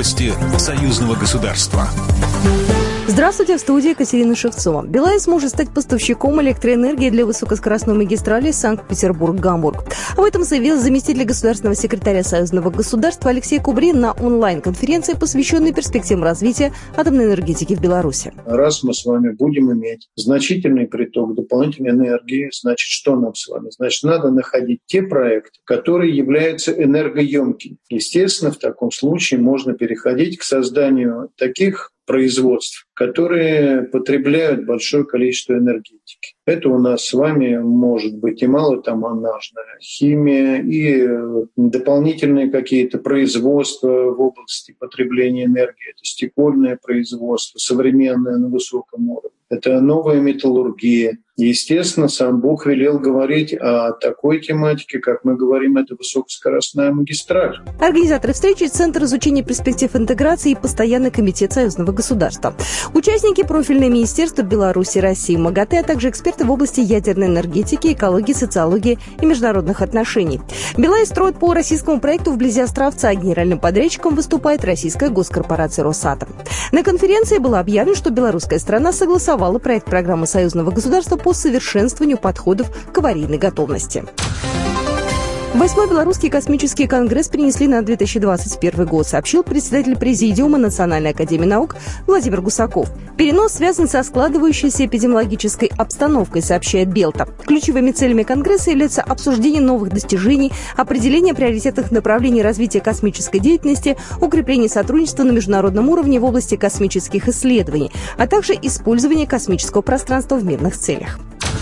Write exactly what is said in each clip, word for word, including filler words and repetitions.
Новости союзного государства. Здравствуйте, в студии Екатерина Шевцова. БелАЭС может стать поставщиком электроэнергии для высокоскоростной магистрали Санкт-Петербург-Гамбург. Об этом заявил заместитель государственного секретаря союзного государства Алексей Кубрин на онлайн-конференции, посвященной перспективам развития атомной энергетики в Беларуси. Раз мы с вами будем иметь значительный приток дополнительной энергии, значит, что нам с вами? Значит, надо находить те проекты, которые являются энергоемкими. Естественно, в таком случае можно переходить к созданию таких производств, которые потребляют большое количество энергетики. Это у нас с вами может быть и малотоннажная химия, и дополнительные какие-то производства в области потребления энергии. Это стекольное производство, современное на высоком уровне. Это новая металлургия. Естественно, сам Бог велел говорить о такой тематике, как мы говорим, это высокоскоростная магистраль. Организаторы встречи — Центр изучения перспектив интеграции и Постоянный комитет союзного государства. Участники — профильные министерства Беларуси, России, МАГАТЭ, а также эксперты в области ядерной энергетики, экологии, социологии и международных отношений. БелАЭС строит по российскому проекту вблизи Островца, а генеральным подрядчиком выступает российская госкорпорация «Росатом». На конференции было объявлено, что белорусская страна согласовала проект программы союзного государства по совершенствованию подходов к аварийной готовности. Восьмой Белорусский космический конгресс перенесли на две тысячи двадцать первый год, сообщил председатель Президиума Национальной академии наук Владимир Гусаков. Перенос связан со складывающейся эпидемиологической обстановкой, сообщает Белта. Ключевыми целями конгресса являются обсуждение новых достижений, определение приоритетных направлений развития космической деятельности, укрепление сотрудничества на международном уровне в области космических исследований, а также использование космического пространства в мирных целях.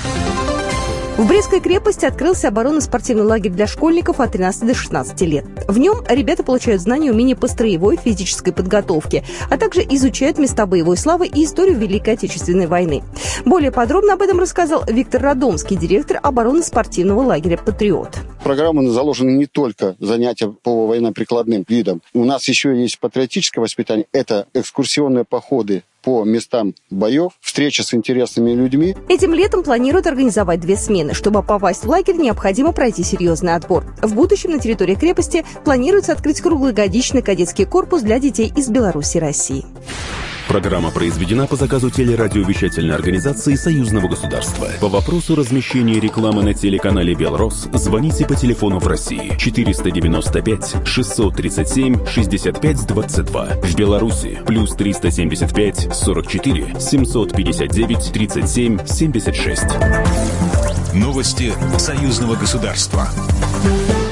В Брестской крепости открылся оборонно-спортивный лагерь для школьников от тринадцати до шестнадцати лет. В нем ребята получают знания и умения по строевой физической подготовке, а также изучают места боевой славы и историю Великой Отечественной войны. Более подробно об этом рассказал Виктор Радомский, директор оборонно-спортивного лагеря «Патриот». В программу заложены не только занятия по военно-прикладным видам. У нас еще есть патриотическое воспитание. Это экскурсионные походы по местам боев, встреча с интересными людьми. Этим летом планируют организовать две смены. Чтобы попасть в лагерь, необходимо пройти серьезный отбор. В будущем на территории крепости планируется открыть круглогодичный кадетский корпус для детей из Беларуси и России. Программа произведена по заказу телерадиовещательной организации союзного государства. По вопросу размещения рекламы на телеканале «Белрос» звоните по телефону в России четыреста девяносто пять шестьсот тридцать семь шестьдесят пять двадцать два. В Беларуси плюс триста семьдесят пять сорок четыре семьсот пятьдесят девять тридцать семь семьдесят шесть. Новости союзного государства.